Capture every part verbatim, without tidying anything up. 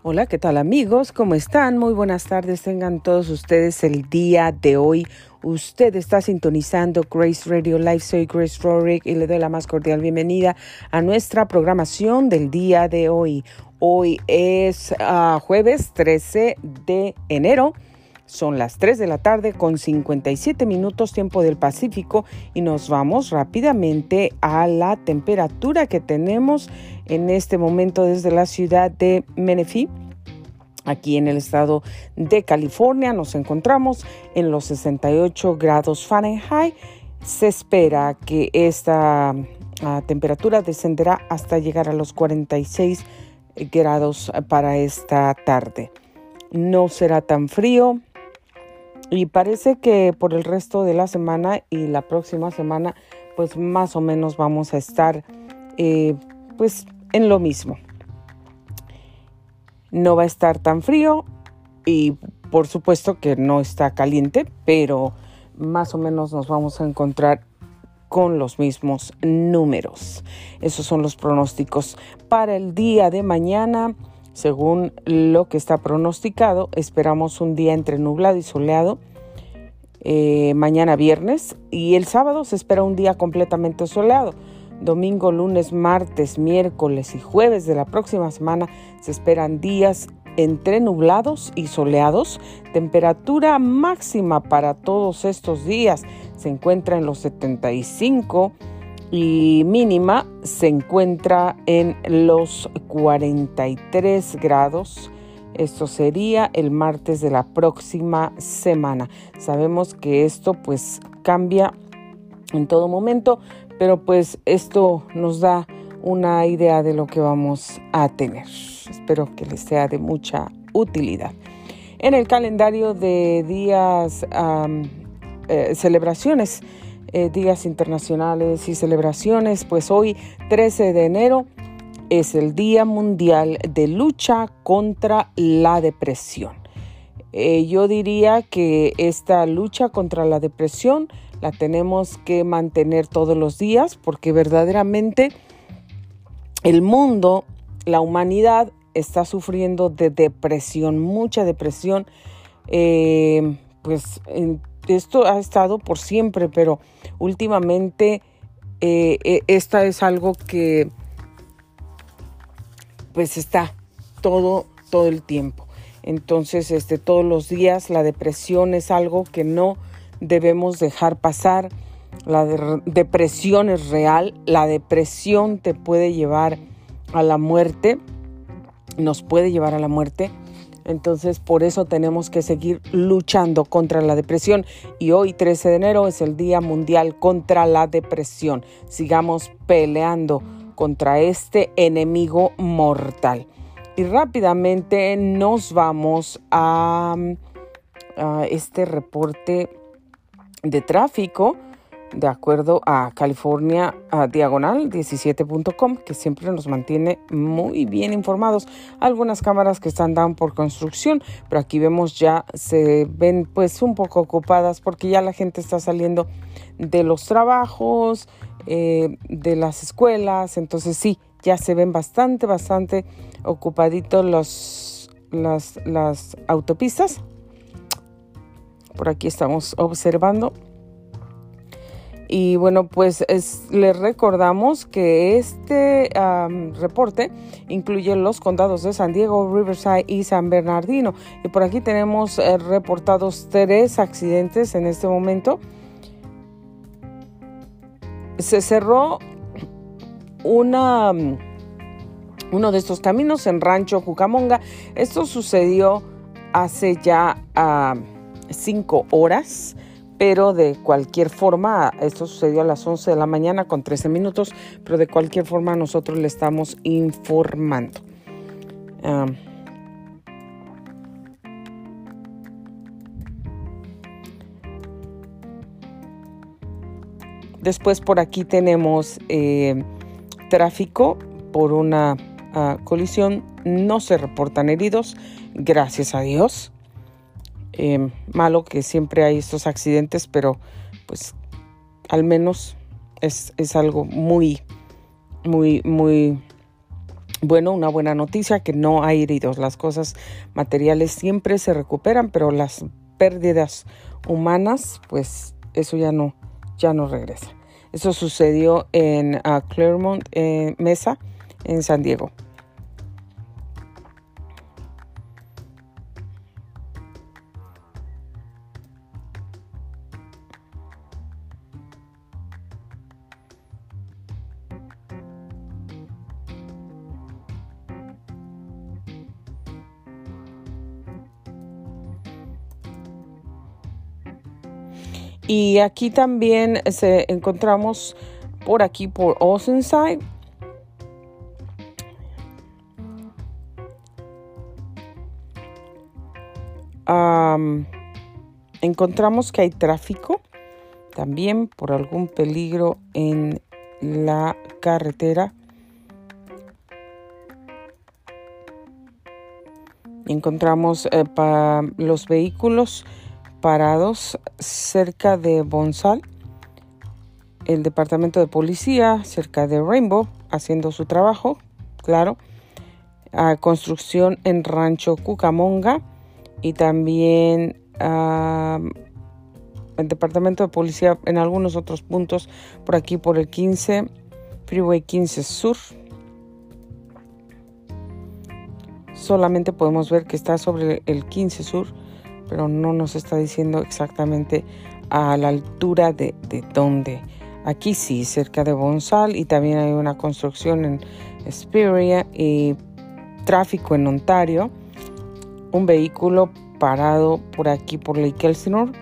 Hola, ¿qué tal amigos? ¿Cómo están? Muy buenas tardes tengan todos ustedes el día de hoy. Usted está sintonizando Grace Radio Live. Soy Grace Rorick y le doy la más cordial bienvenida a nuestra programación del día de hoy. Hoy es uh, jueves trece de enero. Son las tres de la tarde con cincuenta y siete minutos tiempo del Pacífico y nos vamos rápidamente a la temperatura que tenemos en este momento desde la ciudad de Menifee. Aquí en el estado de California nos encontramos en los sesenta y ocho grados Fahrenheit. Se espera que esta uh, temperatura descenderá hasta llegar a los cuarenta y seis grados para esta tarde. No será tan frío. Y parece que por el resto de la semana y la próxima semana, pues más o menos vamos a estar eh, pues en lo mismo. No va a estar tan frío y por supuesto que no está caliente, pero más o menos nos vamos a encontrar con los mismos números. Esos son los pronósticos para el día de mañana. Según lo que está pronosticado, esperamos un día entre nublado y soleado eh, mañana viernes, y el sábado se espera un día completamente soleado. Domingo, lunes, martes, miércoles y jueves de la próxima semana se esperan días entre nublados y soleados. Temperatura máxima para todos estos días se encuentra en los setenta y cinco y mínima se encuentra en los cuarenta y tres grados. Esto sería el martes de la próxima semana. Sabemos que esto pues cambia en todo momento, pero pues esto nos da una idea de lo que vamos a tener. Espero que les sea de mucha utilidad. En el calendario de días, um, eh, celebraciones, Eh, días internacionales y celebraciones, pues hoy trece de enero es el Día Mundial de Lucha contra la Depresión. Eh, yo diría que esta lucha contra la depresión la tenemos que mantener todos los días porque verdaderamente el mundo, la humanidad está sufriendo de depresión, mucha depresión, eh, pues en esto ha estado por siempre, pero últimamente eh, eh, esta es algo que pues está todo, todo el tiempo. Entonces, este, todos los días la depresión es algo que no debemos dejar pasar. La de- depresión es real. La depresión te puede llevar a la muerte, nos puede llevar a la muerte. Entonces, por eso tenemos que seguir luchando contra la depresión. Y hoy, trece de enero, es el Día Mundial contra la Depresión. Sigamos peleando contra este enemigo mortal. Y rápidamente nos vamos a, a este reporte de tráfico, de acuerdo a California a diagonal diecisiete punto com, que siempre nos mantiene muy bien informados. Algunas cámaras que están down por construcción, pero aquí vemos ya se ven pues un poco ocupadas porque ya la gente está saliendo de los trabajos, eh, de las escuelas. Entonces sí, ya se ven bastante, bastante ocupaditos los, las, las autopistas. Por aquí estamos observando. Y bueno, pues es, les recordamos que este um, reporte incluye los condados de San Diego, Riverside y San Bernardino. Y por aquí tenemos eh, reportados tres accidentes en este momento. Se cerró una, uno de estos caminos en Rancho Cucamonga. Esto sucedió hace ya uh, cinco horas. Pero de cualquier forma, esto sucedió a las once de la mañana con trece minutos, pero de cualquier forma nosotros le estamos informando. Um, después por aquí tenemos eh, tráfico por una uh, colisión. No se reportan heridos, gracias a Dios. Eh, malo que siempre hay estos accidentes, pero pues al menos es, es algo muy, muy, muy Bueno, una buena noticia, que no hay heridos. Las cosas materiales siempre se recuperan, pero las pérdidas humanas, pues eso ya no, ya no regresa. Eso sucedió en uh, Claremont eh, Mesa, en San Diego. Y aquí también se encontramos por aquí, por Oceanside, um, encontramos que hay tráfico también por algún peligro en la carretera. Encontramos eh, pa, los vehículos parados cerca de Bonsall, el departamento de policía cerca de Rainbow haciendo su trabajo, claro, uh, construcción en Rancho Cucamonga y también uh, el departamento de policía en algunos otros puntos por aquí por el quince, Freeway quince Sur. Solamente podemos ver que está sobre el quince Sur, pero no nos está diciendo exactamente a la altura de, de dónde. Aquí sí, cerca de Bonsall, y también hay una construcción en Hesperia y tráfico en Ontario. Un vehículo parado por aquí por Lake Elsinore.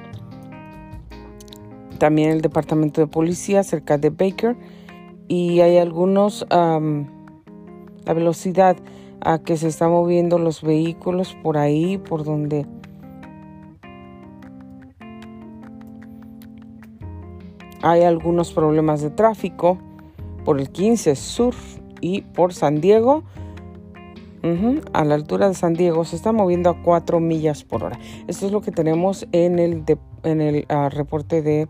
También el departamento de policía cerca de Baker. Y hay algunos, um, la velocidad a que se están moviendo los vehículos por ahí, por donde hay algunos problemas de tráfico por el quince Sur y por San Diego. Uh-huh. A la altura de San Diego se está moviendo a cuatro millas por hora. Esto es lo que tenemos en el, de, en el uh, reporte de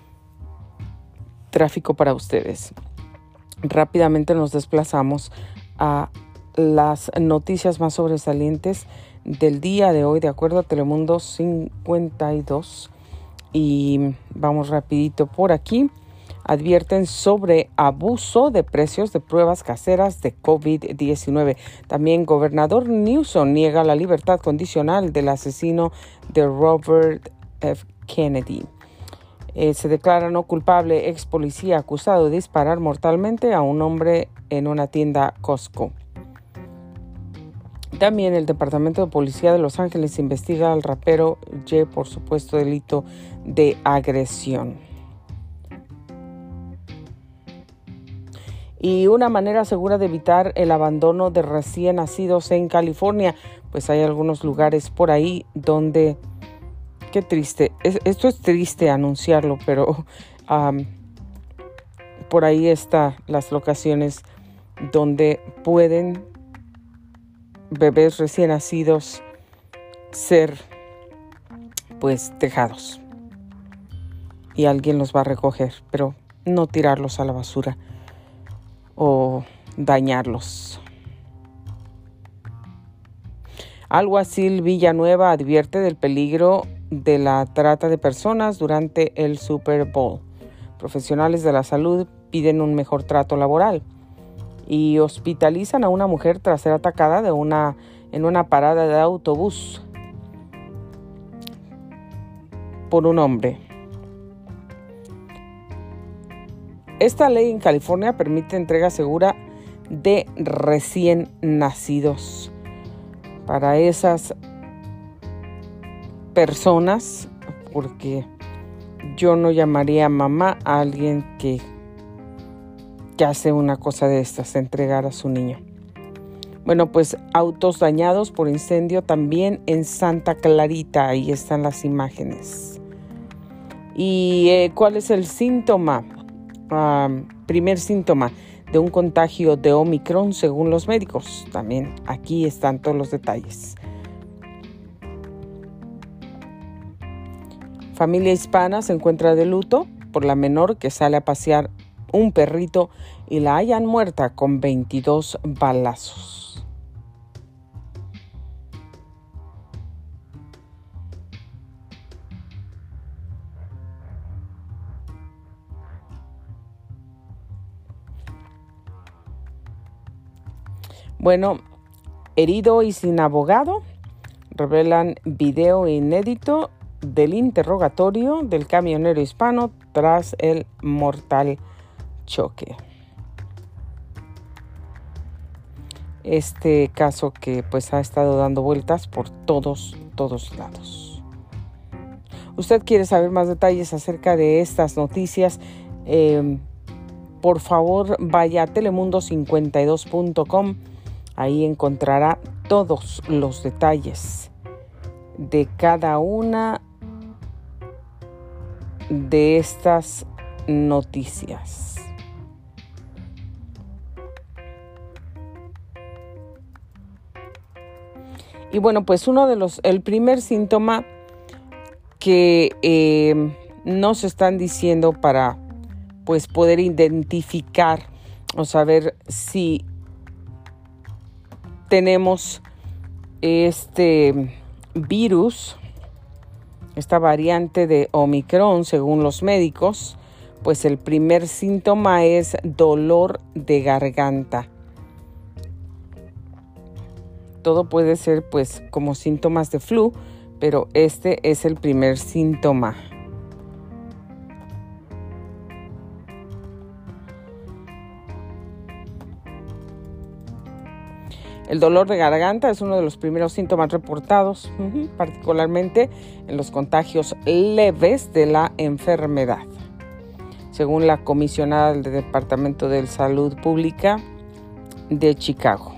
tráfico para ustedes. Rápidamente nos desplazamos a las noticias más sobresalientes del día de hoy, de acuerdo a Telemundo cincuenta y dos. Y vamos rapidito por aquí. Advierten sobre abuso de precios de pruebas caseras de covid diecinueve. También gobernador Newsom niega la libertad condicional del asesino de Robert F. Kennedy. Eh, se declara no culpable ex policía acusado de disparar mortalmente a un hombre en una tienda Costco. También el Departamento de Policía de Los Ángeles investiga al rapero Ye por supuesto delito de agresión. Y una manera segura de evitar el abandono de recién nacidos en California, pues hay algunos lugares por ahí donde, qué triste, es, esto es triste anunciarlo, pero um, por ahí están las locaciones donde pueden bebés recién nacidos ser pues dejados y alguien los va a recoger, pero no tirarlos a la basura o dañarlos. Alguacil Villanueva advierte del peligro de la trata de personas durante el Super Bowl. Profesionales de la salud piden un mejor trato laboral. Y hospitalizan a una mujer tras ser atacada de una, en una parada de autobús por un hombre. Esta ley en California permite entrega segura de recién nacidos para esas personas, porque yo no llamaría mamá a alguien que que hace una cosa de estas, entregar a su niño. Bueno, pues autos dañados por incendio también en Santa Clarita. Ahí están las imágenes. ¿Y eh, cuál es el síntoma? Uh, primer síntoma de un contagio de Omicron según los médicos. También aquí están todos los detalles. Familia hispana se encuentra de luto por la menor que sale a pasear un perrito y la hallan muerta con veintidós balazos. Bueno, herido y sin abogado, revelan video inédito del interrogatorio del camionero hispano tras el mortal choque. Este caso que pues ha estado dando vueltas por todos, todos lados. ¿Usted quiere saber más detalles acerca de estas noticias? Eh, por favor, vaya a telemundo cincuenta y dos punto com. Ahí encontrará todos los detalles de cada una de estas noticias. Y bueno, pues uno de los, el primer síntoma que eh, nos están diciendo para pues poder identificar o saber si tenemos este virus, esta variante de Omicron, según los médicos, pues el primer síntoma es dolor de garganta. Todo puede ser pues como síntomas de flu, pero este es el primer síntoma. El dolor de garganta es uno de los primeros síntomas reportados, uh-huh, particularmente en los contagios leves de la enfermedad, según la comisionada del Departamento de Salud Pública de Chicago.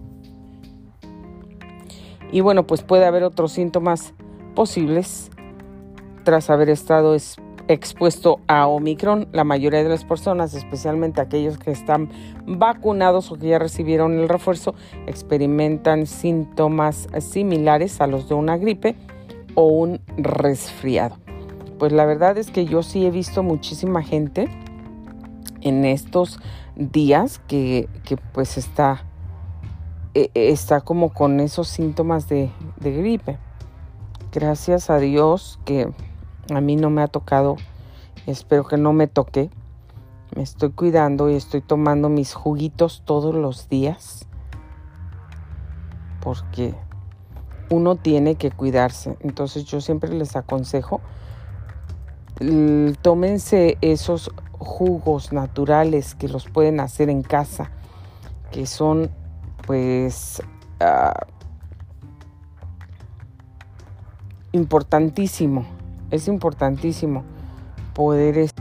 Y bueno, pues puede haber otros síntomas posibles tras haber estado es, expuesto a Omicron. La mayoría de las personas, especialmente aquellos que están vacunados o que ya recibieron el refuerzo, experimentan síntomas similares a los de una gripe o un resfriado. Pues la verdad es que yo sí he visto muchísima gente en estos días que, que pues está, eh, está como con esos síntomas de, de gripe. Gracias a Dios que a mí no me ha tocado, espero que no me toque. Me estoy cuidando y estoy tomando mis juguitos todos los días porque uno tiene que cuidarse. Entonces yo siempre les aconsejo, tómense esos jugos naturales que los pueden hacer en casa, que son pues uh, importantísimo, es importantísimo poder